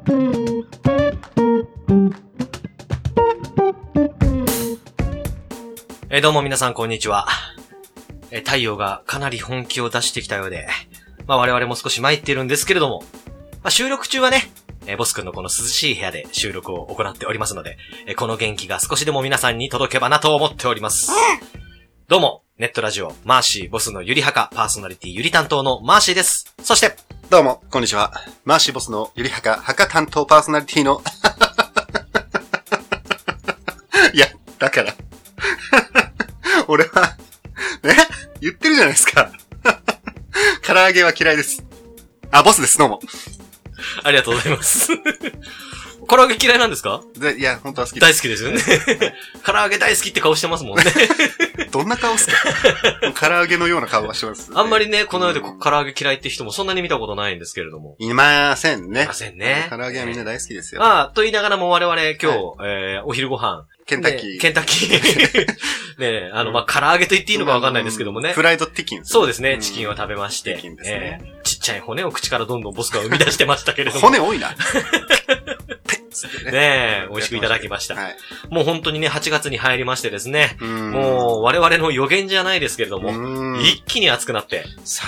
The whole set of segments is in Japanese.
どうも皆さんこんにちは。太陽がかなり本気を出してきたようで、我々も少し参っているんですけれども、収録中はね、ボス君のこの涼しい部屋で収録を行っておりますので、この元気が少しでも皆さんに届けばなと思っております。どうも、ネットラジオ、マーシーボスのゆりはか、パーソナリティゆり担当のマーシーです。そして、 どうも、こんにちは。マーシーボスのゆりはか、はか担当パーソナリティの、いや、だから、俺は、ね、言ってるじゃないですか。唐揚げは嫌いです。あ、ボスです、どうも。 ありがとうございます。唐揚げ嫌いなんですか？ いや、本当は好きです。 大好きですよね。唐揚げ大好きって顔してますもんね。 どんな顔っすか？唐揚げのような顔はしてます、 あんまりね、この世で唐揚げ嫌いって人もそんなに見たことないんですけれども。 いませんね。 いませんね。 唐揚げはみんな大好きですよ。 と言いながらも我々今日、お昼ご飯。 ケンタッキー。 ケンタッキー。ね唐揚げと言っていいのかわかんないですけどもね。 フライドチキン。 そうですね、チキンを食べまして。 チキンですね。 ちっちゃい骨を口からどんどんボスが生み出してましたけれども。 骨多いな。 ね美味しくいただきました。はい、もう本当にね、8月に入りましてですね、もう我々の予言じゃないですけれども、一気に暑くなって。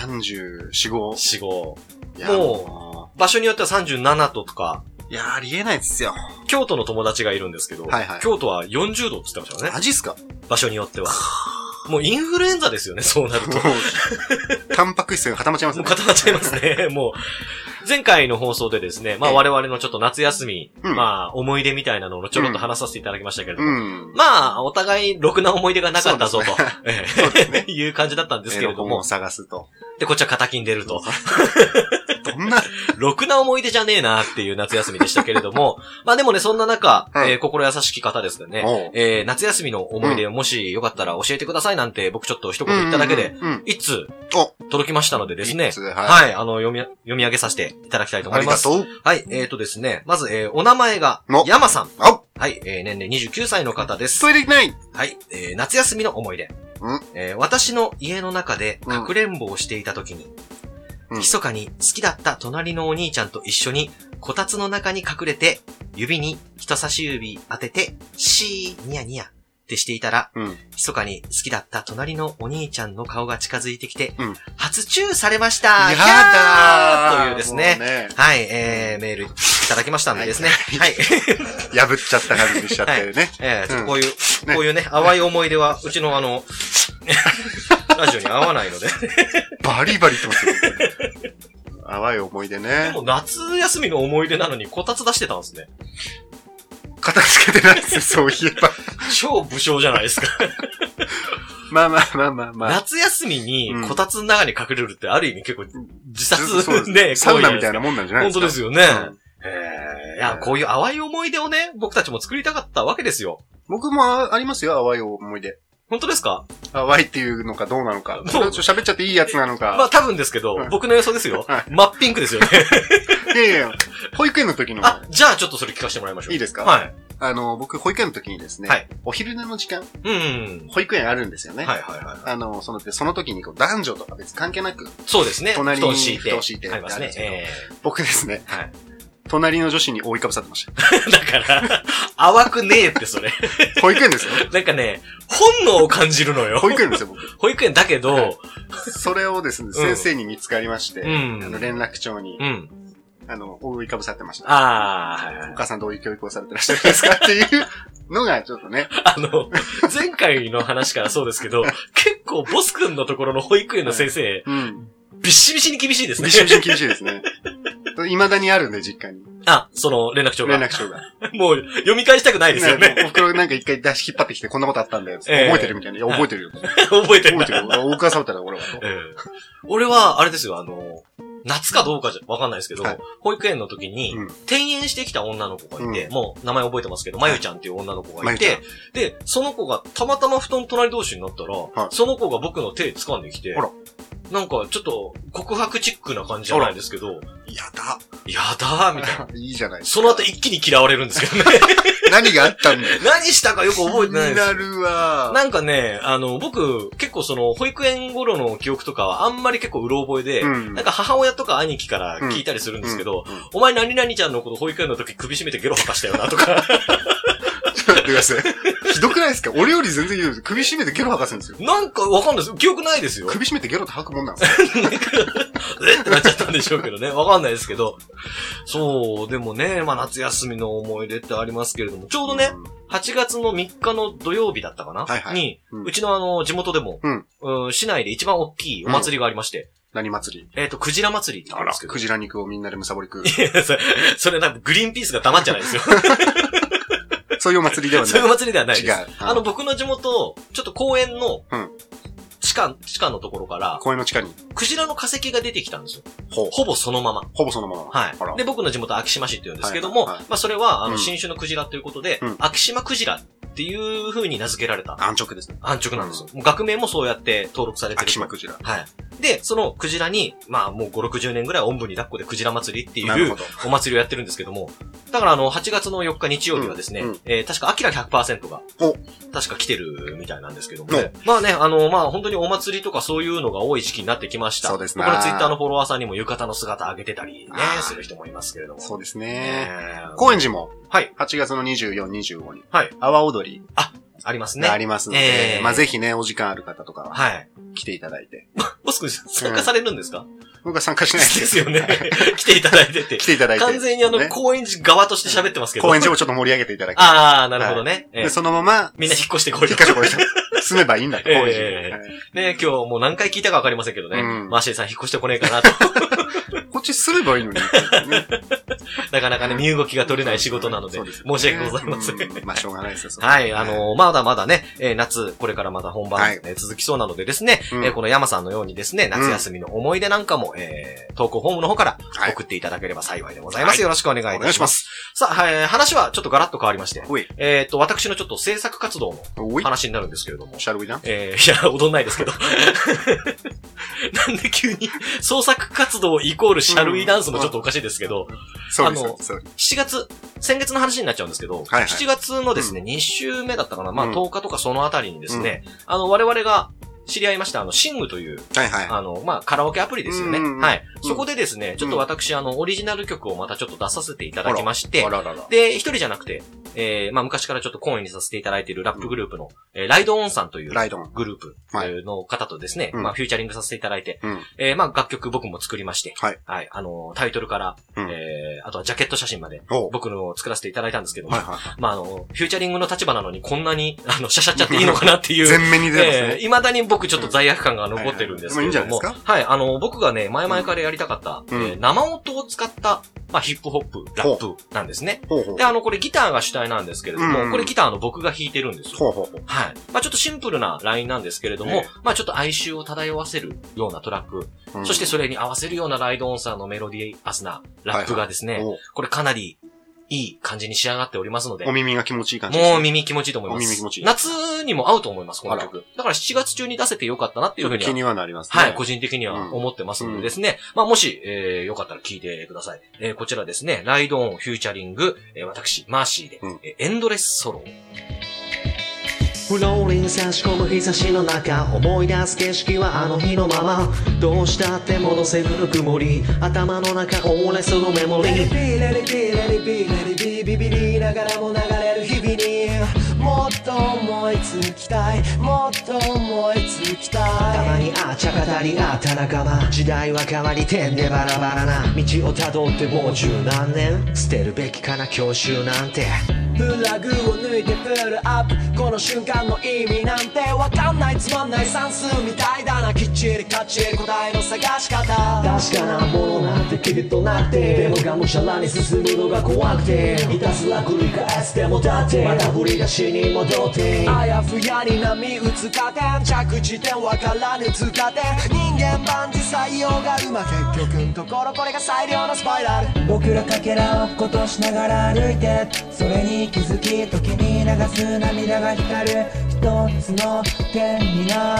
34、5。 もう、場所によっては37度とか。 いやありえないですよ。 京都の友達がいるんですけど、京都は40度って言ってましたよね。 マジっすか？ 場所によっては。もうインフルエンザですよね、そうなると。 タンパク質が固まっちゃいますね。 もう固まっちゃいますね。もう、前回の放送でですね、我々のちょっと夏休み、思い出みたいなのをちょろっと話させていただきましたけれども、お互いろくな思い出がなかったぞと、いう感じだったんですけれども。 探すと。 で、こっちは敵に出ると。 どんなろくな思い出じゃねえなっていう夏休みでしたけれども、でもね、そんな中、心優しき方ですね、夏休みの思い出をもしよかったら教えてくださいなんて僕ちょっと一言言っただけで、一通届きましたのでですね、はい、読み上げさせていただきたいと思います。はい、ですね、まず、お名前が、山さん。はい、年齢29歳の方です。 トイレ行きない。 はい、夏休みの思い出。私の家の中でかくれんぼをしていた時に、密かに好きだった隣のお兄ちゃんと一緒にこたつの中に隠れて指に人差し指当ててシーニヤニヤってしていたら、密かに好きだった隣のお兄ちゃんの顔が近づいてきて、初チューされました。 やだーというですね、はい、メールいただきましたんでですね、はい。 破っちゃった感じにしちゃってね。 ちょっとこういうね、淡い思い出はうちのラジオに合わないので。 バリバリってますよ。淡い思い出ね。 でも夏休みの思い出なのにこたつ出してたんですね。 片付けてないですよ、そういえば。 超武将じゃないですか。 まあ。 夏休みにこたつの中に隠れるってある意味結構自殺ね、 サウナみたいなもんなんじゃないですか。 本当ですよね。いや、こういう淡い思い出をね、僕たちも作りたかったわけですよ。 僕もありますよ、淡い思い出。 本当ですか？ 淡いっていうのかどうなのか。喋っちゃっていいやつなのか。 多分ですけど、僕の予想ですよ。真っピンクですよね。 いや、保育園の時の。 じゃあちょっとそれ聞かせてもらいましょう。 いいですか？ はい。 僕、保育園の時にですね、お昼寝の時間、保育園あるんですよね。その時に男女とか別に関係なく、 そうですね。 隣に布団敷いて。 ありますね。 僕ですね、隣の女子に覆いかぶさってました。 だから、淡くねえってそれ。 保育園ですよ。 なんかね、本能を感じるのよ。 保育園ですよ、僕。 保育園だけど、 それをですね、先生に見つかりまして、連絡帳に、覆いかぶさってました。お母さんどういう教育をされてらっしゃるんですかっていうのがちょっとね。 前回の話からそうですけど、結構ボス君のところの保育園の先生、ビッシビシに厳しいですね。 ビッシビシに厳しいですね。未だにあるんで、実家に。 その連絡帳が。 連絡帳が。 もう、読み返したくないですよね。 お袋なんか一回引っ張ってきて、こんなことあったんだよ。覚えてるみたいな。いや、覚えてるよ。 覚えてる。 お母さんだったら俺は。 俺は、あれですよ、夏かどうかわかんないですけど、保育園の時に、転園してきた女の子がいて、もう名前覚えてますけど、まゆちゃんっていう女の子がいて、で、その子がたまたま布団隣同士になったら、その子が僕の手掴んできて、 なんかちょっと告白チックな感じじゃないですけど。 やだみたいな。 いいじゃないですか。その後一気に嫌われるんですけどね。 何があったんだよ。 何したかよく覚えてないです。 気になるわ。 なんかね、僕、結構保育園頃の記憶とかはあんまり結構うろ覚えで、なんか母親とか兄貴から聞いたりするんですけど、お前何々ちゃんのこと保育園の時首絞めてゲロ吐かしたよなとか。 ちょっと待ってください。ひどくないですか？俺より全然ひどいです。首絞めてゲロ吐かすんですよ。 なんかわかんないです。記憶ないですよ。 首絞めてゲロって吐くもんなんですか？ ってなっちゃったんでしょうけどね。わかんないですけど。そう、でもね、まあ夏休みの思い出ってありますけれども、ちょうどね、8月の3日の土曜日だったかな、に、うちの地元でも、市内で一番大きいお祭りがありまして。 何祭り？ クジラ祭りって言うんですけど。 クジラ肉をみんなでむさぼり食う。 いや、それなんかグリーンピースが黙っちゃないですよ。 そういうお祭りではない。 そういうお祭りではないです。 違う。 僕の地元、ちょっと公園の、地下のところから、 公園の地下に、 クジラの化石が出てきたんですよ。ほぼそのまま。はい。で、僕の地元、昭島市って言うんですけども、まあ、それは、新種のクジラということで、昭島クジラっていう風に名付けられた。 安直ですね。 安直なんですよ。学名もそうやって登録されてる。 昭島クジラ。 はい。で、そのクジラに、まあもう5、60年ぐらいおんぶに抱っこでクジラ祭りっていうお祭りをやってるんですけども、だから8月の4日日曜日はですね、確かアキラ 100% が、確か来てるみたいなんですけどもね。まあね、まあ本当にお祭りとかそういうのが多い時期になってきました。 そうですね。 これツイッターのフォロワーさんにも浴衣の姿上げてたりね、する人もいますけれども。 そうですね。高円寺も、はい。8月の24、25に、はい。阿波踊り。 ありますね。 ありますので、まあぜひね、お時間ある方とかは、はい。来ていただいて。 ボス君参加されるんですか？ 僕は参加しないですよね。来ていただいてて。 来ていただいて。 完全に高円寺側として喋ってますけど。 高円寺をちょっと盛り上げていただきああ、なるほどね。 で、そのまま、 みんな引っ越してこい。 住めばいいんだ、高円寺。ね、今日もう何回聞いたかわかりませんけどね。マーシーさん引っ越してこねえかなと。 こっち住めばいいのに。 なかなかね、身動きが取れない仕事なので、申し訳ございません。 まあ、しょうがないですよ。 はい、まだまだね、夏、これからまだ本番続きそうなのでですね、この山さんのようにですね、夏休みの思い出なんかも、投稿フォームの方から送っていただければ幸いでございます。よろしくお願いいたします。さあ、話はちょっとガラッと変わりまして、私のちょっと制作活動の話になるんですけれども。 シャルウィな？ いや、踊んないですけど。なんで急に創作活動イコールシャルウィダンスもちょっとおかしいですけど、7月、先月の話になっちゃうんですけど、7月のですね、2週目だったかな、まあ10日とかそのあたりにですね、我々が知り合いました、シングという、まあ、カラオケアプリですよね。はい。そこでですね、ちょっと私、オリジナル曲をまたちょっと出させていただきまして、で、一人じゃなくて、まあ、昔からちょっと講演にさせていただいているラップグループの、ライドオンさんというグループの方とですね、まあ、フューチャリングさせていただいて、まあ、楽曲僕も作りまして、はい。タイトルから、あとはジャケット写真まで、僕の作らせていただいたんですけども、まあ、フューチャリングの立場なのにこんなに、しゃしゃっちゃっていいのかなっていう、 全面に出ますね。 未だに僕ちょっと罪悪感が残ってるんですけれども、はい、僕がね、前々からやりたかった、生音を使った、まあ、ヒップホップ、ラップなんですね。で、これギターが主体なんですけれども、これギター僕が弾いてるんですよ。はい。まあ、ちょっとシンプルなラインなんですけれども、まあ、ちょっと哀愁を漂わせるようなトラック、そしてそれに合わせるようなライドオンさんのメロディアスなラップがですね、これかなりいい感じに仕上がっておりますので。 お耳が気持ちいい感じですね。 もう耳気持ちいいと思います。お耳気持ちいい。夏にも合うと思います、この曲。だから7月中に出せてよかったなっていうふうには。 気にはなりますね。 はい、個人的には思ってますのでですね。まあ、もし、よかったら聞いてください。こちらですね、ライドオンフューチャリング、私、マーシーで、エンドレスソロー。 フローリン差し込む日差しの中思い出す景色はあの日のままどうしたって戻せぬぬくもり頭の中オーレそのメモリーレディビーレディビーレディビーレディビービビりながらも流れる日々にもっと思いつきたいもっと思いつきたいたまにあちゃ語り合った仲間時代は変わり点でバラバラな道をたどってもう十何年捨てるべきかな教習なんてフラグを抜いてプールアップこの瞬間の意味なんてわかんないつまんない算数みたいだなきっちりかっちり答えの探し方確かなものなんてきっとなくてでもがむしゃらに進むのが怖くていたずら繰り返してもだってまた振り出しに戻ってあやふやに波打つ加点着地点わからぬ通過点人間万事採用がうま結局のところこれが最良のスパイラル僕らかけらをことしながら歩いてそれに気づき時に流す涙が光る一つの点になる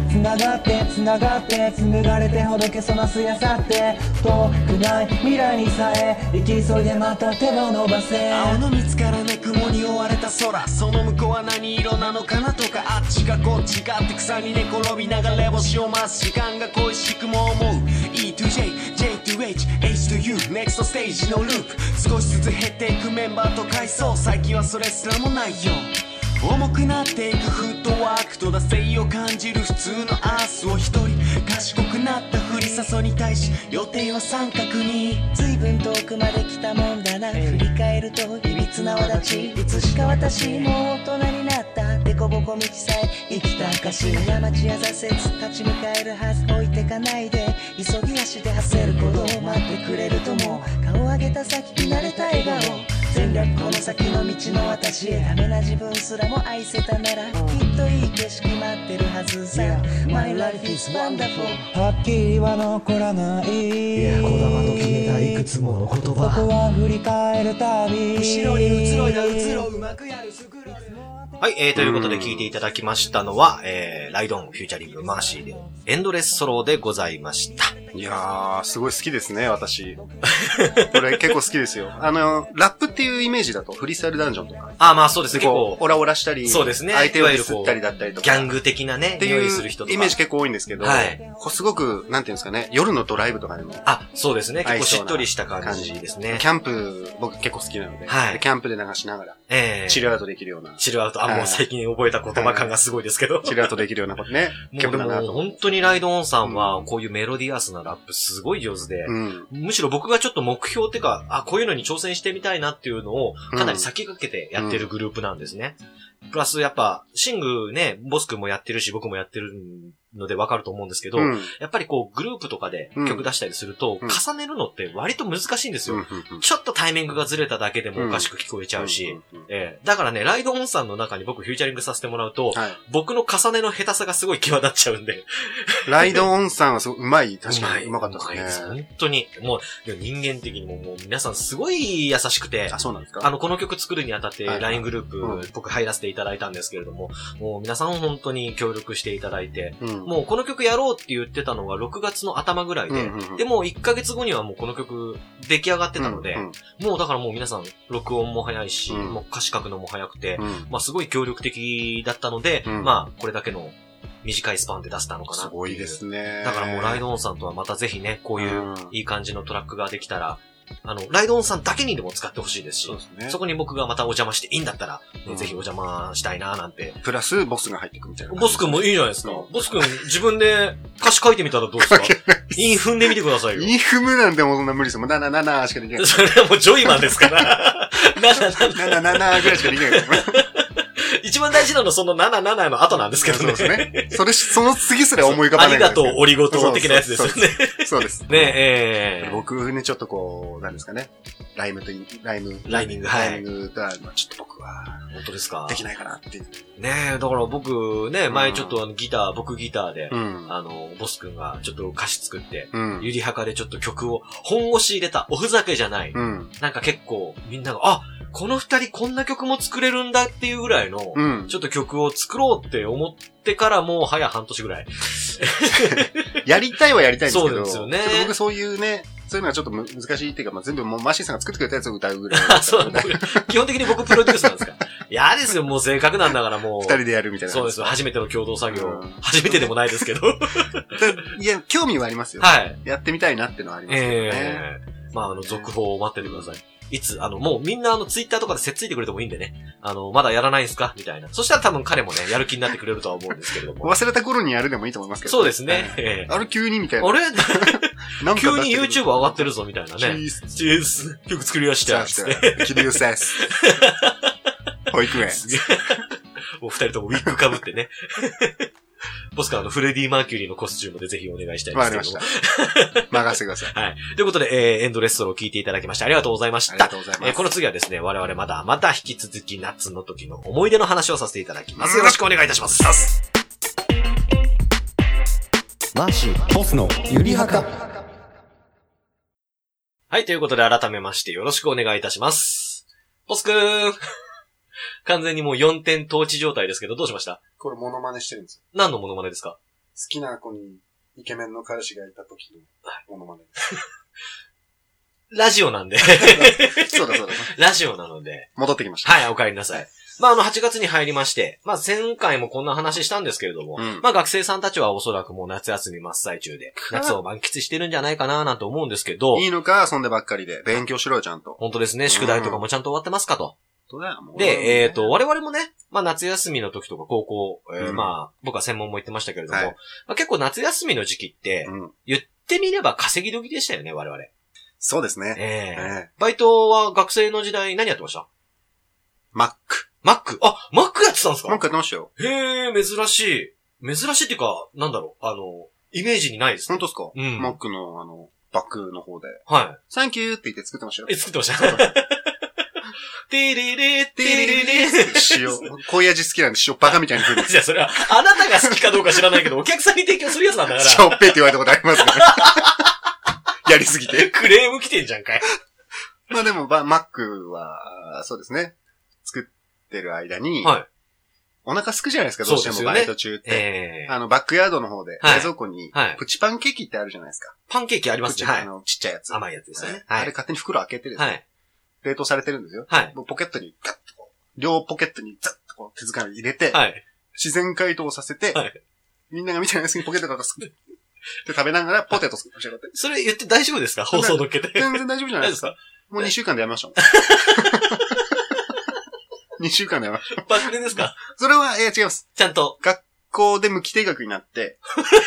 繋がって繋がって紡がれてほどけそうなすやさって遠くない未来にさえ行き急いでまた手を伸ばせ青の見つからない雲に覆われた空その向こうは何色なのかなとかあっちかこっちかって草に寝転びながら星を待つ時間が恋しくも思う E to J J to H H to U NEXT ステージのループ少しずつ減っていくメンバーと階層最近はそれすらもないよ重くなっていくフットワークと惰性を感じる普通のアースを一人賢くなったふりさそに対し予定は三角に随分遠くまで来たもんだな振り返るといびつな輪立ちいつしか私もう大人になったデコボコ道さえ生きた証過ちや挫折立ち向かえるはず置いてかないで急ぎ足で走ることを待ってくれるとも顔上げた先に慣れた笑顔全力この先の道の私へダメな自分すらも愛せたならきっといい景色待ってるはずさ My life is wonderful はっきりは残らないいやこだまと決めたいくつもの言葉ここは振り返るたび後ろに移ろいだ移ろうまくやるスクロールはい、ということで聞いていただきましたのは、ライドオンフューチャリングマーシーでエンドレスソロでございました。 いやー、すごい好きですね、私。これ結構好きですよ。ラップっていうイメージだと、フリースタイルダンジョンとか。 あ、まあそうですね、 結構。オラオラしたり、 そうですね。 相手をディスったりだったりとか。 ギャング的なね、 っていうイメージ結構多いんですけど、はい。すごく、なんていうんですかね、夜のドライブとかでも。 あ、そうですね。結構しっとりした感じですね。 キャンプ、僕結構好きなので、はい。キャンプで流しながら、チルアウトできるような。 チルアウト、もう最近覚えた言葉感がすごいですけど。 チルアウトできるようなことね。 曲だなと。本当にライドオンさんは、こういうメロディアスなラップすごい上手で、むしろ僕がちょっと目標っていうか、こういうのに挑戦してみたいなっていうのを、かなり先駆けてやってるグループなんですね。プラスやっぱ、シングね、ボス君もやってるし、僕もやってるのでわかると思うんですけど、やっぱりこう、グループとかで曲出したりすると、重ねるのって割と難しいんですよ。ちょっとタイミングがずれただけでもおかしく聞こえちゃうし、だからね、ライドオンさんの中に僕フューチャリングさせてもらうと、僕の重ねの下手さがすごい際立っちゃうんで。 ライドオンさんはすごい上手い、確かに上手かったですね。 本当に、もう人間的にももう皆さんすごい優しくて、 あ、そうなんですか？ この曲作るにあたって LINE グループ、僕入らせていただいたんですけれども、もう皆さん本当に協力していただいて、もうこの曲やろうって言ってたのが6月の頭ぐらいで、でもう1ヶ月後にはもうこの曲出来上がってたので、もうだからもう皆さん録音も早いし、もう歌詞書くのも早くて、まあすごい協力的だったので、まあこれだけの短いスパンで出せたのかなっていう。 すごいですね。 だからもうライドオンさんとはまたぜひね、こういういい感じのトラックができたら、ライドオンさんだけにでも使ってほしいですし、そうですね、そこに僕がまたお邪魔していいんだったら、ぜひお邪魔したいななんて。 プラス、ボスが入っていくみたいな。 ボス君もいいじゃないですか。ボス君自分で歌詞書いてみたらどうですか？イン踏んでみてくださいよ。 イン踏むなんてもうそんな無理ですよ。もう7しかできない。 それはもうジョイマンですから。 7ぐらいしかできない。 一番大事なのはその77の後なんですけどね。 そうですね。その次すら思い浮かばない。 ありがとう、オリゴ糖的なやつですよね。 そうです。 ね僕ね、ちょっとこう、なんですかね。ライミングとは、ちょっと僕は。 本当ですか？ できないかなっていう。 ねだから僕ね、前ちょっと僕ギターで、ボス君がちょっと歌詞作って、ゆりはかでちょっと曲を本腰入れた、おふざけじゃない。なんか結構みんなが、この二人こんな曲も作れるんだっていうぐらいの、ちょっと曲を作ろうって思ってからもう早半年ぐらい。 やりたいはやりたいんですけど、 そうですよね。 僕そういうね、そういうのはちょっと難しいっていうか、全部もうマシンさんが作ってくれたやつを歌うぐらい。 そう、基本的に僕プロデュースなんですか？嫌ですよ、もう正確なんだからもう。 二人でやるみたいな。 そうですよ、初めての共同作業。初めてでもないですけど。 いや、興味はありますよ。 はい。 やってみたいなってのはありますよね。 まあ、続報を待っててください。いつ、もうみんなツイッターとかでせっついてくれてもいいんでね。まだやらないんすかみたいな。そしたら多分彼もね、やる気になってくれるとは思うんですけれども。 忘れた頃にやるでもいいと思いますけど、 そうですね。 あれ急にみたいな。 あれ急に YouTube 上がってるぞみたいなね。チーズ。曲作りました。 キリューセス。保育園。 もう二人ともウィッグ被ってね。ボスからフレディ・マーキュリーのコスチュームでぜひお願いしたいですけども。 わかりました。任せてください。 はい。ということで、エンドレスソロを聴いていただきましてありがとうございました。 ありがとうございます。 この次はですね、我々また引き続き夏の時の思い出の話をさせていただきます。よろしくお願いいたします。 マーシー、ボスのゆりはか。 はい、ということで改めましてよろしくお願いいたします。ボスくーん。完全にもう4点統治状態ですけど、どうしました？ これモノマネしてるんですよ。 何のモノマネですか？ きな子にイケメンの彼氏がいた時のモノマネです。 ラジオなんで。 そうだ。 ラジオなので。 戻ってきました。 はい、お帰りなさい。8月に入りまして、前回もこんな話したんですけれども、学生さんたちはおそらくもう夏休み真っ最中で、夏を満喫してるんじゃないかななんて思うんですけど。 いいのか、遊んでばっかりで。勉強しろよ、ちゃんと。 本当ですね。宿題とかもちゃんと終わってますかと。で、我々もね、夏休みの時とか高校、僕は専門も行ってましたけれども、結構夏休みの時期って、言ってみれば稼ぎ時でしたよね、我々。 そうですね。 バイトは学生の時代何やってました？ マック。 マックやってたんですか？ マックやってましたよ。 へー、珍しい。珍しいっていうか、なんだろう、イメージにないです。 本当ですか？マックの、バックの方で。 はい。 サンキューって言って作ってましたよ。 作ってました。テレレテレレ塩。濃い味好きなんで塩バカみたいに振る。 じゃあそれは、あなたが好きかどうか知らないけど、お客さんに提供するやつなんだから。 しょっぺって言われたことありますね。やりすぎて。 クレーム来てんじゃんかい。 でも、マックは、そうですね。作ってる間に、お腹すくじゃないですか、どうしてもバイト中って。バックヤードの方で、冷蔵庫に、プチパンケーキってあるじゃないですか。 パンケーキありますね。 ちっちゃいやつ。 甘いやつですね。 あれ勝手に袋開けてですね。冷凍されてるんですよ。ポケットに、ガッと両ポケットにザッと手づかみ入れて、自然解凍させて、みんなが見てないやつにポケットからすくって食べながらポテト作って。 それ言って大丈夫ですか？放送のっけて。 全然大丈夫じゃないですか。もう2週間でやめましょう。2週間でやめましょう。 バックレですか？ それは、違います。 ちゃんと。 学校で無規定額になって、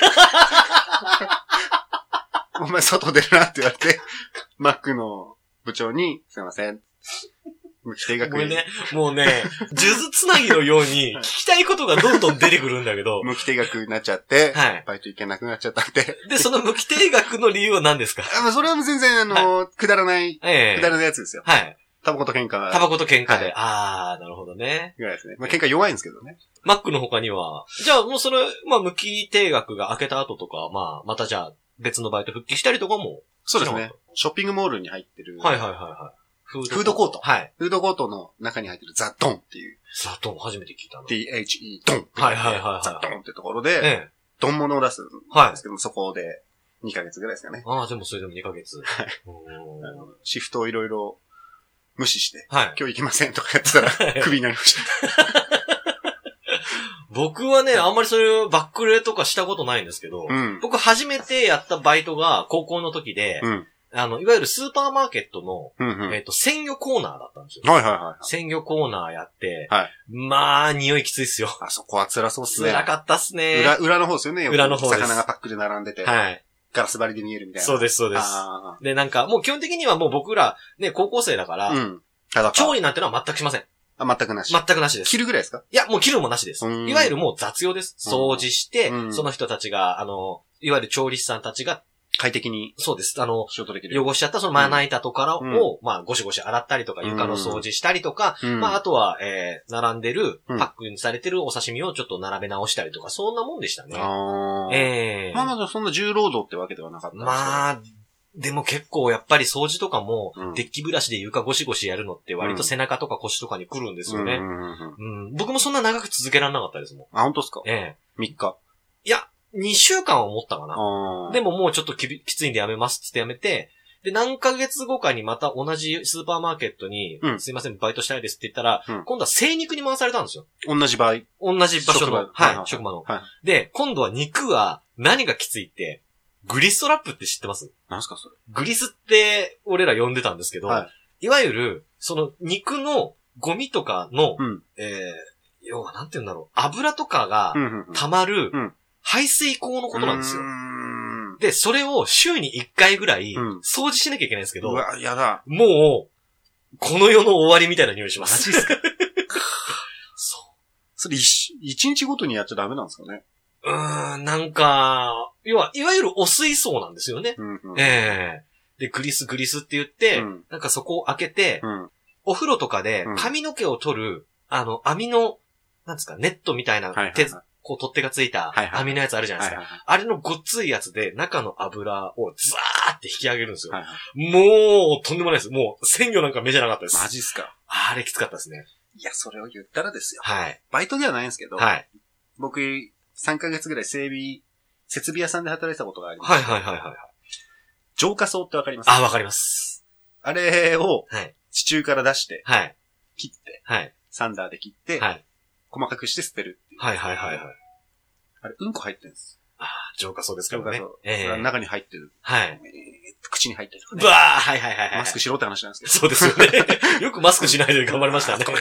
お前外出るなって言われて、マックの部長に、すいません。無規定額に。 もうね、数珠つなぎのように、聞きたいことがどんどん出てくるんだけど。 無規定額になっちゃって、バイト行けなくなっちゃったんで。 で、その無規定額の理由は何ですか？ それは全然、くだらない、くだらないやつですよ。タバコと喧嘩。 タバコと喧嘩で。なるほどね。 ぐらいですね。喧嘩弱いんですけどね。 マックの他には、じゃあもうそれ、無規定額が明けた後とか、またじゃあ別のバイト復帰したりとかも。 そうですね。ショッピングモールに入ってる。フードコート。フードコートの中に入ってるザ・ドンっていう。 ザ・ドン初めて聞いたの。 THE ドン。ザ・ドンってところで、ドン物を出すんですけども、そこで2ヶ月ぐらいですかね。 でもそれでも2ヶ月。 シフトをいろいろ無視して、今日行きませんとかやってたら、クビになりました。 僕はね、あんまりそういうバックレとかしたことないんですけど、僕初めてやったバイトが高校の時で、いわゆるスーパーマーケットの、鮮魚コーナーだったんですよ。鮮魚コーナーやって、匂いきついっすよ。 あそこは辛そうっすね。 辛かったっすね。 裏の方ですよね。 裏の方です。 魚がパックで並んでて。ガラス張りで見えるみたいな。 そうです、そうです。で、もう基本的にはもう僕ら、ね、高校生だから、調理なんてのは全くしません。 全くなし。 全くなしです。 切るぐらいですか？ いや、もう切るもなしです。いわゆるもう雑用です。掃除して、その人たちが、いわゆる調理師さんたちが、 快適に。 そうです。 汚しちゃったそのまな板とかを、ゴシゴシ洗ったりとか、床の掃除したりとか、あとは、並んでる、パックにされてるお刺身をちょっと並べ直したりとか、そんなもんでしたね。 そんな重労働ってわけではなかったんですか？ でも結構やっぱり掃除とかも、デッキブラシで床ゴシゴシやるのって割と背中とか腰とかに来るんですよね。僕もそんな長く続けられなかったですもん。 本当ですか？3日。 いや、2週間は持ったかな。でももうちょっときついんでやめますってやめて、で、何ヶ月後かにまた同じスーパーマーケットに、すいません、バイトしたいですって言ったら、今度は精肉に回されたんですよ。 同じ場所の。職場の。で、今度は肉は何がきついって、グリストラップって知ってます？ 何すかそれ？ グリスって俺ら呼んでたんですけど、いわゆる、その肉のゴミとかの、要はなんて言うんだろう、油とかが溜まる排水口のことなんですよ。で、それを週に1回ぐらい掃除しなきゃいけないんですけど、 やだ。 もう、この世の終わりみたいな匂いします。 マジっすか？そう。それ1日ごとにやっちゃダメなんですかね？ いわゆるお水槽なんですよね。で、グリスって言って、そこを開けて、お風呂とかで髪の毛を取る、網の、なんですか、ネットみたいな取っ手がついた網のやつあるじゃないですか。あれのごっついやつで中の油をザーって引き上げるんですよ。もう、とんでもないです。もう、鮮魚なんか目じゃなかったです。 マジっすか？ あれきつかったですね。 いや、それを言ったらですよ。 はい。 バイトではないんですけど、僕、3ヶ月ぐらい整備設備屋さんで働いてたことがあります。 はいはいはいはい。 浄化槽ってわかりますか？ わかります。 あれを、 はい。 地中から出して、 はい。 切って、 はい。 サンダーで切って、はい。細かくして捨てるっていう。 はいはいはいはい。 あれ、うんこ入ってるんです。 浄化槽ですからね。 浄化槽。中に入ってる。 はい。 口に入ってるとかね。はいはいはい。 マスクしろって話なんですけど。 そうですよね。よくマスクしないで頑張りましたね。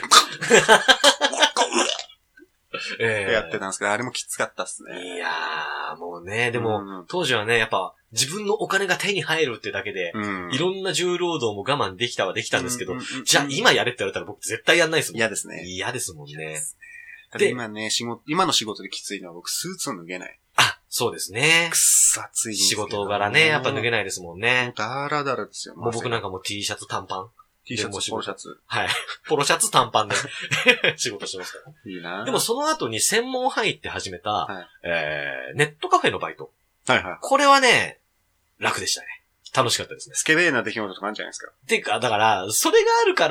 やってたんですけど、あれもきつかったっすね。 いやー、もうね、でも、当時はね、やっぱ、自分のお金が手に入るってだけで、いろんな重労働も我慢できたんですけど、じゃあ今やれって言われたら僕絶対やんないですもん。 嫌ですね。 嫌ですもんね。 で、今ね、今の仕事できついのは僕スーツを脱げない。 そうですね。 くっそ暑い仕事柄ね、やっぱ脱げないですもんね。 だらだらですよ。 もう僕なんかもう T シャツ短パン。 T シャツ、ポロシャツ。 はい。ポロシャツ短パンで仕事してますから。 いいな。 でもその後に専門入って始めた、ネットカフェのバイト。 はいはい。 これはね、楽でしたね。楽しかったですね。 スケベーな出来事とかあるんじゃないですか。 てか、だから、それがあるから、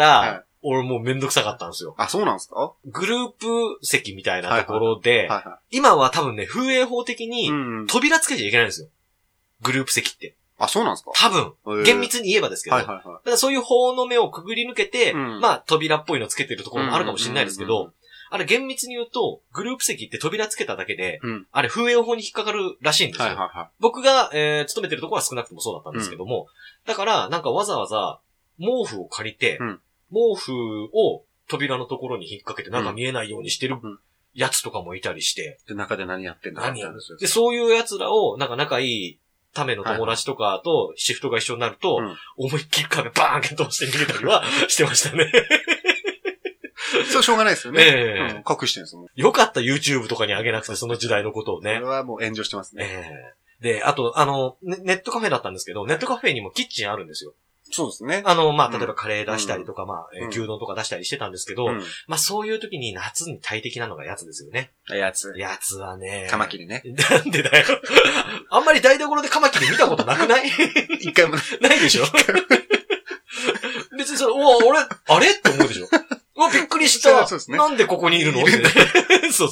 俺もうめんどくさかったんですよ。 そうなんですか？ グループ席みたいなところで、今は多分ね、風営法的に、扉つけちゃいけないんですよ。グループ席って。 そうなんですか？ 多分、厳密に言えばですけど、だからそういう法の目をくぐり抜けて、扉っぽいのつけてるところもあるかもしれないですけど、あれ厳密に言うと、グループ席って扉つけただけで、あれ風営法に引っかかるらしいんですよ。僕が、勤めてるところは少なくともそうだったんですけども、だから、なんかわざわざ、毛布を借りて、毛布を扉のところに引っ掛けて中見えないようにしてるやつとかもいたりして。 で、中で何やってんだ何やるんですよ。で、そういうやつらを、なんか仲いいための友達とかとシフトが一緒になると、思いっきり壁バーンと通して逃げたりはしてましたね。 そう、しょうがないですよね。隠してるんですもん。 よかった YouTube とかに上げなくて、その時代のことをね。 それはもう炎上してますね。 で、あと、ネットカフェだったんですけど、ネットカフェにもキッチンあるんですよ。 そうですね。 例えばカレー出したりとか、牛丼とか出したりしてたんですけど、そういう時に夏に大敵なのがやつですよね。 やつはね。 カマキリね。 なんでだよ。あんまり台所でカマキリ見たことなくない？ 一回もないでしょ？別に俺、あれって思うでしょ？びっくりした。なんでここにいるの？そう。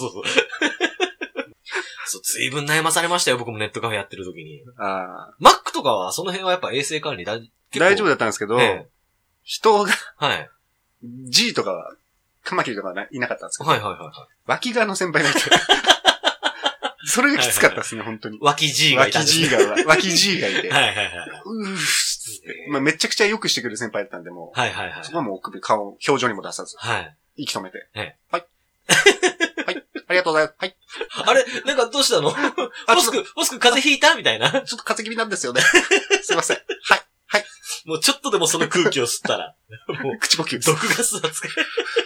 ずいぶん悩まされましたよ、僕もネットカフェやってる時に。マックとかは、その辺はやっぱ衛生管理大丈夫だったんですけど、人が、G とかは、カマキリとかいなかったんですけど、脇側の先輩がいて、それがきつかったですね、本当に。 脇 G がいたんですね。 脇 G がいて、めちゃくちゃよくしてくれる先輩だったんで、もう、そこはもう表情にも出さず、息止めて、はい。ありがとうございます。はい。 あれなんかどうしたの？ボスク風邪ひいたみたいな。 ちょっと風邪気味なんですよね。すいません。はい。 もうちょっとでもその空気を吸ったら、もう口呼吸。 毒ガス扱い。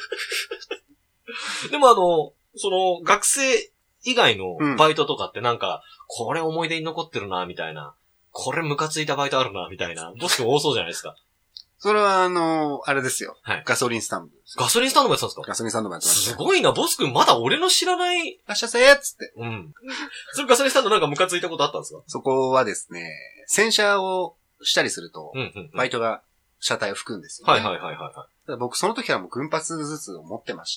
でも学生以外のバイトとかってなんか、これ思い出に残ってるな、みたいな。これムカついたバイトあるな、みたいな。ボス君多そうじゃないですか。 それはあれですよ。ガソリンスタンド。 ガソリンスタンドもやってたんですか？ ガソリンスタンドもやってました。 すごいな、ボス君まだ俺の知らない。 いらっしゃせーっつって。 それガソリンスタンドなんかムカついたことあったんですか？ そこはですね、洗車をしたりすると、バイトが車体を拭くんですよね。僕その時はもう群発頭痛を持ってました。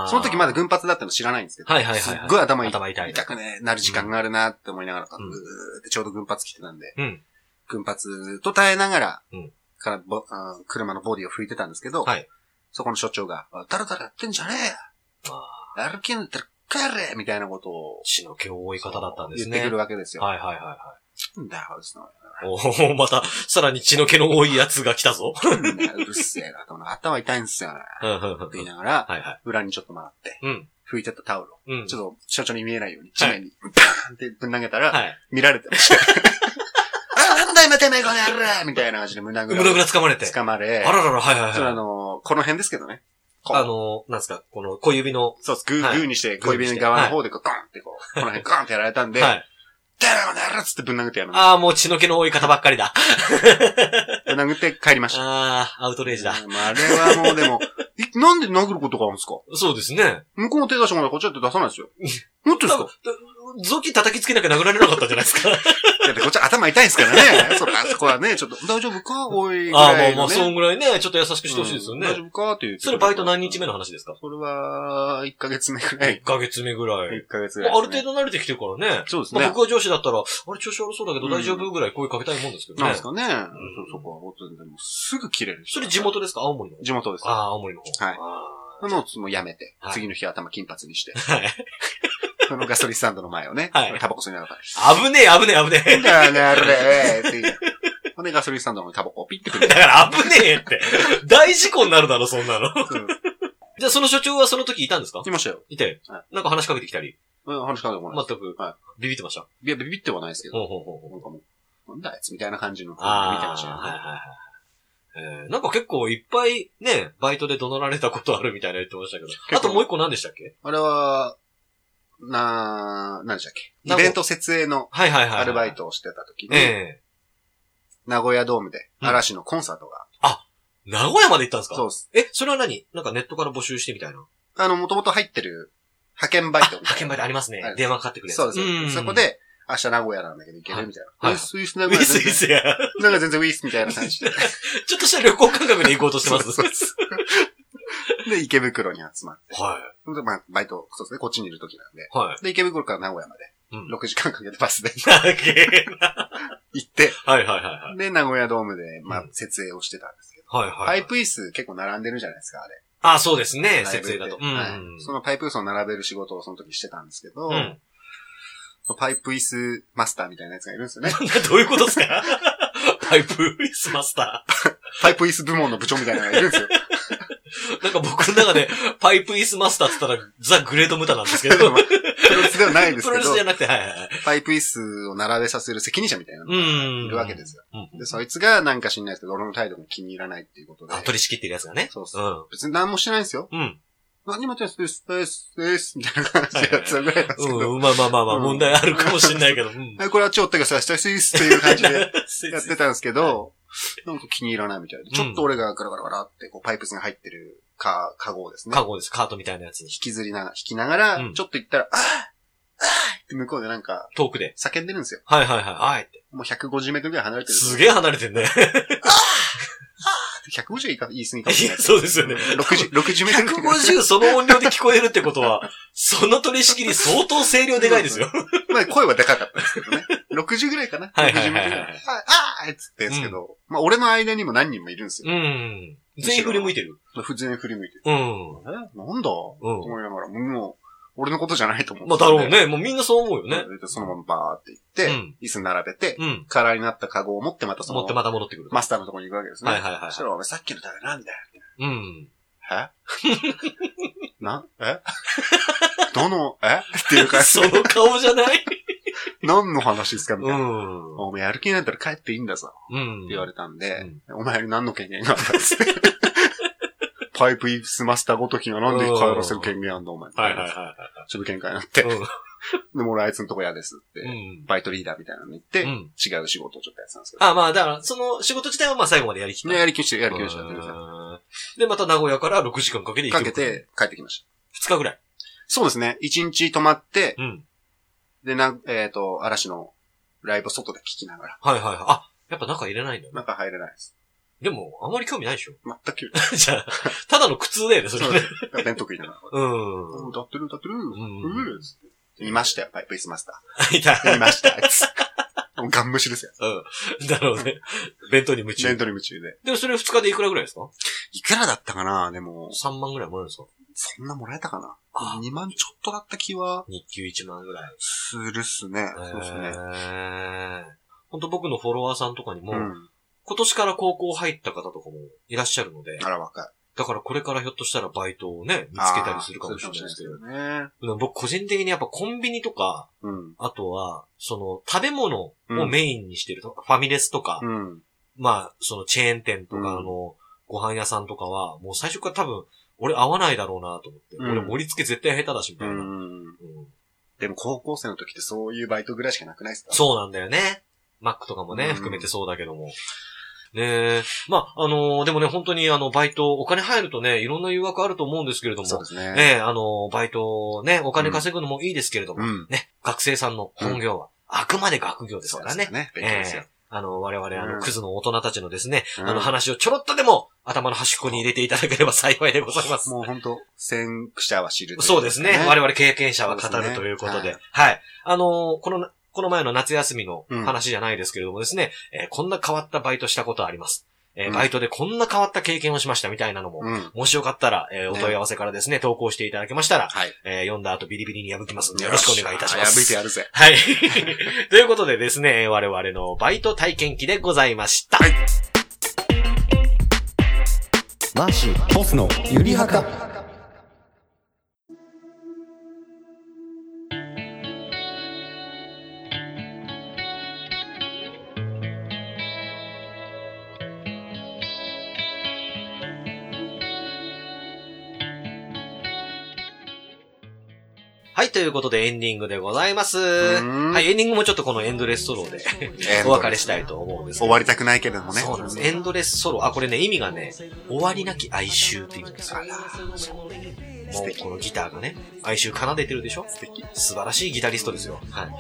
その時まだ群発だったの知らないんですけど、すっごい頭痛くね、なる時間があるなって思いながら、ちょうど群発来てたんで、群発と耐えながら、車のボディを拭いてたんですけど、そこの所長が、だらだらやってんじゃねえよ。やる気になったら帰れみたいなことを。 血の気多い方だったんですね。 言ってくるわけですよ。 なんだよ、また、さらに血の気の多いやつが来たぞ。 うるせえな、頭痛いんですよね。って言いながら、裏にちょっと回って、拭いてたタオルを、ちょっと所長に見えないように地面に、バーンってぶん投げたら、見られてました。なんだ今てめえこの野郎みたいな感じで胸ぐら掴まれて。 掴まれ。 あららら、 それこの辺ですけどね。 なんすか、この小指の。 そうです。グーにして小指の側の方でゴンってこの辺ゴンってやられたんで、てめえこの野郎つってぶん殴ってやるの。もう血の気の多い方ばっかりだ。 ぶん殴って帰りました。 アウトレイジだ。 あれはもうでも、なんで殴ることがあるんですか？ そうですね。 向こうの手出したものはこっちだって出さないですよ。もっとですか？ 臓器叩きつけなきゃ殴られなかったんじゃないですか。 だってこっち頭痛いですからね。そこはね、ちょっと、大丈夫かおいぐらいの、ね。 まあ、そんぐらいね、ちょっと優しくしてほしいですよね。 大丈夫かっていう。 それバイト何日目の話ですか？ それは、1ヶ月目ぐらい。 1ヶ月目ぐらい。 1ヶ月ぐらい、 ある程度慣れてきてるからね。 そうですね。 僕が上司だったら、あれ調子悪そうだけど大丈夫ぐらい声かけたいもんですけどね。 なんですかね。そこは、すぐ切れる。 それ地元ですか？青森の。 地元です。 青森の方。 はい。もうやめて、次の日頭金髪にして。 はい。 そのガソリンスタンドの前をね、 はい。 タバコ吸いながら。 危ねえ。なんだね、あれって言う。ほんでガソリンスタンドのタバコをピッてくる。 だから危ねえって。大事故になるだろ、そんなの。じゃあその所長はその時いたんですか？ いましたよ。 いて。なんか話しかけてきたり。 話しかけてこない。 全く。はい。ビビってました？ いや、ビビってはないですけど。なんかもう、なんだあいつみたいな感じの。見てましたよね。 なんか結構いっぱいね、バイトで怒鳴られたことあるみたいな言ってましたけど。あともう一個何でしたっけ？ あれは、何でしたっけ？イベント設営のアルバイトをしてた時に、名古屋ドームで嵐のコンサートが。 名古屋まで行ったんですか？ そうです。 それは何？なんかネットから募集してみたいな？もともと入ってる派遣バイト。 派遣バイトありますね。電話かかってくるやつ。 そうです。そこで、明日名古屋なんだけど行けるみたいな。 ウィス名古屋。ウィスや。 なんか全然ウィスみたいな感じで。 ちょっとした旅行感覚で行こうとしてます。 そうです。で、池袋に集まって。 はい。 で、まあ、バイト、そうですね、こっちにいる時なんで。 はい。 で、池袋から名古屋まで。6時間かけてバスで。行って。 はい。 で、名古屋ドームで、まあ、設営をしてたんですけど。パイプ椅子結構並んでるじゃないですか、あれ。 そうですね、設営だと。 そのパイプ椅子を並べる仕事をその時してたんですけど、パイプ椅子マスターみたいなやつがいるんですよね。 どういうことですか？パイプ椅子マスター。 パイプ椅子部門の部長みたいなのがいるんですよ。 なんか僕の中で、パイプ椅子マスターって言ったら、ザ・グレート・ムタなんですけど。プロレスではないですけど。 プロレスじゃなくて、 パイプ椅子を並べさせる責任者みたいなのがいるわけですよ。で、そいつがなんか知んないですけど、俺の態度が気に入らないっていうことで。 取り仕切ってるやつがね。 そうそう。別に何もしてないんですよ。何もやってないです、みたいな感じでやってたぐらいなんですけど。 まあ、問題あるかもしれないけど。 これはちょっとがさ、スっていう感じでやってたんですけど、なんか気に入らないみたいで。ちょっと俺がガラガラガラって、こう、パイプスが入ってるカゴですね。 カゴです。カートみたいなやつに。 引きながら、ちょっと行ったら、って向こうでなんか、 遠くで叫んでるんですよ。 はい。 もう150メートルぐらい離れてる。 すげえ離れてんね。 150言い過ぎかもしれない。 そうですよね。 60メートル。 150その音量で聞こえるってことは、その取り仕切り相当声量でかいですよ。 まあ声はでかかったんですけどね。60ぐらいかな。60メートルぐらい。っつってんですけど、まあ俺の間にも何人もいるんですよ。全員振り向いてる。 全員振り向いてる。なんだと思いながら、もう、俺のことじゃないと思う。 まあだろうね。もうみんなそう思うよね。 そのままバーって行って、椅子並べて、空になったカゴを持ってまた持ってまた戻ってくる。 マスターのところに行くわけですね。 そしたら、お前さっきの誰なんだよ。っていう感じ。 その顔じゃない何の話ですかみたいな。お前やる気になったら帰っていいんだぞ。って言われたんで、お前に何の権限があったんですパイプイスマスターごときがなんで帰らせる権限あんだお前。ちょっと喧嘩になって。で、も俺あいつのとこ嫌ですって、バイトリーダーみたいなのに行って、違う仕事をちょっとやってたんですけど。 まあだから、その仕事自体はまあ最後までやりきった。 やりきってやってるで、また名古屋から6時間かけてかけて帰ってきました。 2日ぐらい。 そうですね。1日泊まって、で、嵐のライブ外で聞きながら。 やっぱ中入れないんだよね。 中入れないです。 でも、あまり興味ないでしょ？ 全く興味ない。じゃあ、ただの苦痛だよね、それね。 弁当食いながら。歌ってる。いましたよ、パイプイスマスター。いました、あいつ。ガン無視ですよ。 だろうね。弁当に夢中。 弁当に夢中で。 でもそれ2日でいくらぐらいですか？ いくらだったかなでも。 3万ぐらいもらえるんですか？ そんなもらえたかな ?2 万ちょっとだった気は。 日給1万ぐらい。 するっすね。そうですね。 本当僕のフォロワーさんとかにも、今年から高校入った方とかもいらっしゃるので。 あら、若い。 だからこれからひょっとしたらバイトをね、見つけたりするかもしれないですけど。僕個人的にやっぱコンビニとか、あとは、その食べ物をメインにしてるとか、ファミレスとか、まあ、そのチェーン店とかご飯屋さんとかは、もう最初から多分、俺合わないだろうなと思って。俺盛り付け絶対下手だし、みたいな。 でも高校生の時ってそういうバイトぐらいしかなくないですか？ そうなんだよね。マックとかもね、含めてそうだけども。 ねえ。まあ、でもね、本当にバイト、お金入るとね、いろんな誘惑あると思うんですけれども。 そうですね。 バイト、ね、お金稼ぐのもいいですけれども、ね、学生さんの本業は、あくまで学業ですからね。そうですね。勉強ですよ。我々、クズの大人たちのですね、話をちょろっとでも頭の端っこに入れていただければ幸いでございます。 もう本当先駆者は知る、 そうですね。我々経験者は語るということで。はい。この前の夏休みの話じゃないですけれどもですね、こんな変わったバイトしたことあります。バイトでこんな変わった経験をしましたみたいなのも、もしよかったら、お問い合わせからですね、投稿していただけましたら、読んだ後ビリビリに破きますのでよろしくお願いいたします。 破いてやるぜ。 はい。ということでですね、我々のバイト体験記でございました。はい。 マーシー、ボスのゆりはか。 はい、ということでエンディングでございます。はい、エンディングもちょっとこのエンドレスソロでお別れしたいと思うんですけど。 終わりたくないけれどもね。 そうなんです。エンドレスソロ。これね、意味がね、終わりなき哀愁って言うんですよ。もうこのギターがね、哀愁奏でてるでしょ？素敵。素晴らしいギタリストですよ。はい。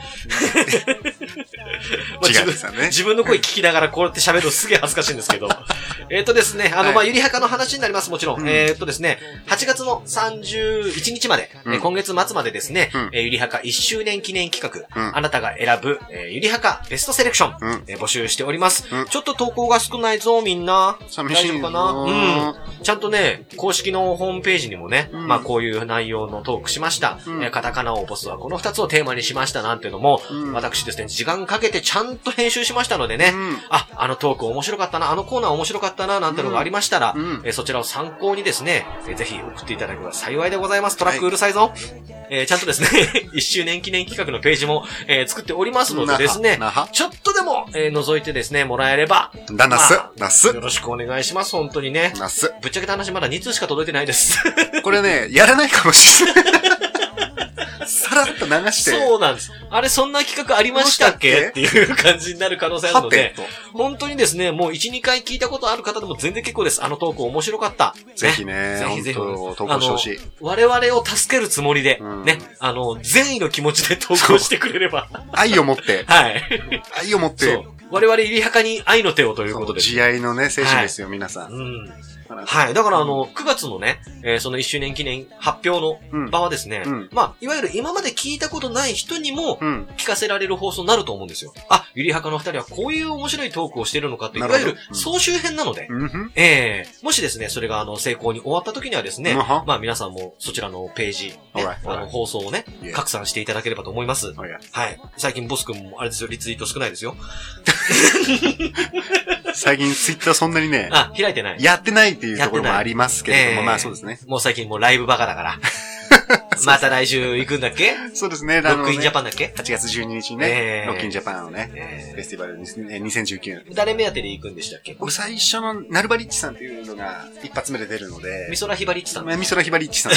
自分の声聞きながらこうやって喋るのすげえ恥ずかしいんですけど。ですね、ゆりはかの話になります、もちろん。ですね、8月の31日まで、今月末までですね、ゆりはか1周年記念企画、あなたが選ぶ、ゆりはかベストセレクション、募集しております。ちょっと投稿が少ないぞ、みんな。 寂しい。 大丈夫かな？ちゃんとね、公式のホームページにもね、こういう内容のトークしました。カタカナをボスはこの2つをテーマにしましたなんていうのも、私ですね、時間かけてちゃんと編集しましたのでね、あのトーク面白かったな、あのコーナー面白かったな、なんてのがありましたら、そちらを参考にですね、ぜひ送っていただければ幸いでございます。トラックうるさいぞ。ちゃんとですね、1周年記念企画のページも、作っておりますのでですね、ちょっとでも、覗いてですね、もらえれば、よろしくお願いします、本当にね。ぶっちゃけた話まだ2通しか届いてないです。 これね、やらないかもしれない。さらっと流して。 そうなんです。あれ、そんな企画ありましたっけっていう感じになる可能性あるので、本当にですね、もう1、2回聞いたことある方でも全然結構です。あのトーク面白かった。 ぜひね、ぜひぜひ投稿してほしい。 我々を助けるつもりで、ね、善意の気持ちで投稿してくれれば。 愛を持って。 はい。 愛を持って。 我々、入りはかに愛の手をということで。 慈愛のね、精神ですよ、皆さん。 はい。だから9月のね、その1周年記念発表の場はですね、いわゆる今まで聞いたことない人にも聞かせられる放送になると思うんですよ。ゆりはかの二人はこういう面白いトークをしているのかっていう、いわゆる総集編なので、もしですね、それが成功に終わった時にはですね、皆さんもそちらのページ、放送をね、拡散していただければと思います。はい。最近ボス君もあれですよ、リツイート少ないですよ。 最近ツイッターそんなにね、 開いてない。 やってないっていうところもありますけれども、そうですね。 もう最近もうライブバカだから。また来週行くんだっけ？ そうですね。 ロックインジャパンだっけ？ 8月12日にね、ロックインジャパンをね、フェスティバル2019。 誰目当てで行くんでしたっけ？ 僕最初のナルバリッチさんっていうのが一発目で出るので。 ミソラヒバリッチさん。 ミソラヒバリッチさん。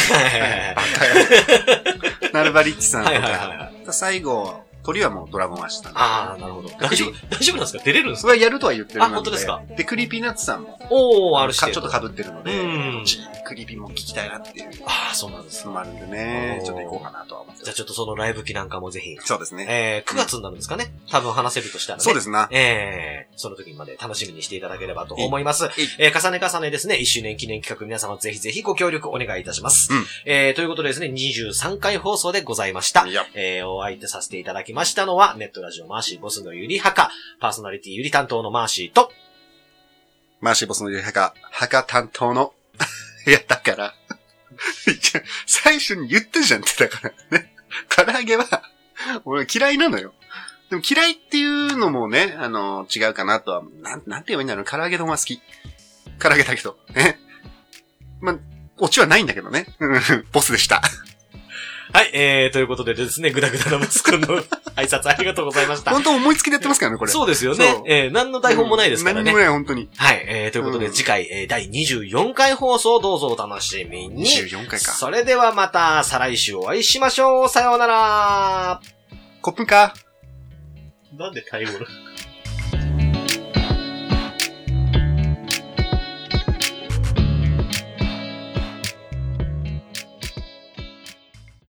ナルバリッチさんとか。最後、鳥はもうドラゴンアッシュさん。 なるほど。大丈夫なんですか？出れるんですか？ それはやるとは言ってるので。 本当ですか？ で、クリーピーナッツさんも。 あるし。 ちょっと被ってるので、クリーピーも聞きたいなっていう。 そうなんです。 のもあるんでね、ちょっと行こうかなとは思って。 じゃあちょっとそのライブ期なんかもぜひ。 そうですね。 9月になるんですかね。多分話せるとしたらね。 そうですな。 その時まで楽しみにしていただければと思います。重ねですね、1周年記念企画皆様ぜひぜひご協力お願いいたします。ということでですね、23回放送でございました。お相手させていただきましたのは、ネットラジオマーシーボスのゆりはか、パーソナリティゆり担当のマーシーと、 マーシーボスのゆりはか、はか担当の、いや、だから、最初に言ってじゃんってだからね。唐揚げは、俺嫌いなのよ。でも嫌いっていうのもね、違うかなとは、なんて言えばいいんだろう。唐揚げ丼は好き。唐揚げだけど。ね。オチはないんだけどね。ボスでした。 はい、ということでですね、ぐだぐだなボス君の挨拶ありがとうございました。 本当思いつきでやってますからね、これ。 そうですよね。何の台本もないですからね。 何もない、本当に。 はい、ということで、次回、第24回放送どうぞお楽しみに。 24回か。 それではまた、再来週お会いしましょう。さようなら。 コップか。 なんでタイ語だ